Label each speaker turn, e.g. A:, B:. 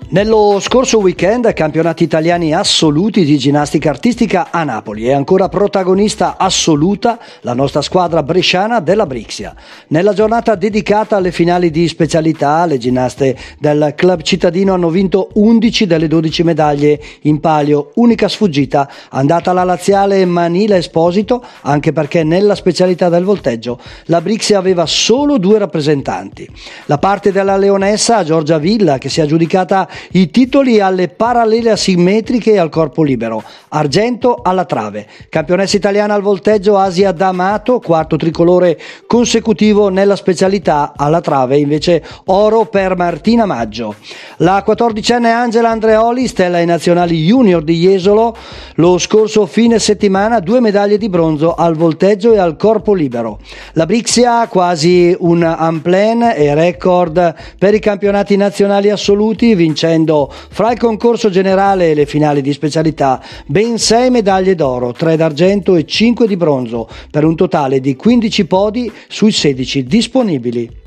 A: Nello scorso weekend, campionati italiani assoluti di ginnastica artistica a Napoli. È ancora protagonista assoluta la nostra squadra bresciana della Brixia. Nella giornata dedicata alle finali di specialità, le ginnaste del club cittadino hanno vinto 11 delle 12 medaglie in palio, unica sfuggita andata alla laziale Manila Esposito, anche perché nella specialità del volteggio la Brixia aveva solo 2 rappresentanti. La parte della leonessa Giorgia Villa, che si è aggiudicata i titoli alle parallele asimmetriche e al corpo libero, argento alla trave. Campionessa italiana al volteggio Asia D'Amato, quarto tricolore consecutivo nella specialità, alla trave invece oro per Martina Maggio. La 14enne Angela Andreoli, stella ai nazionali junior di Jesolo, lo scorso fine settimana 2 medaglie di bronzo al volteggio e al corpo libero. La Brixia quasi un unplan e record per i campionati nazionali assoluti, vincendo fra il concorso generale e le finali di specialità ben 6 medaglie d'oro, 3 d'argento e 5 di bronzo, per un totale di 15 podi sui 16 disponibili.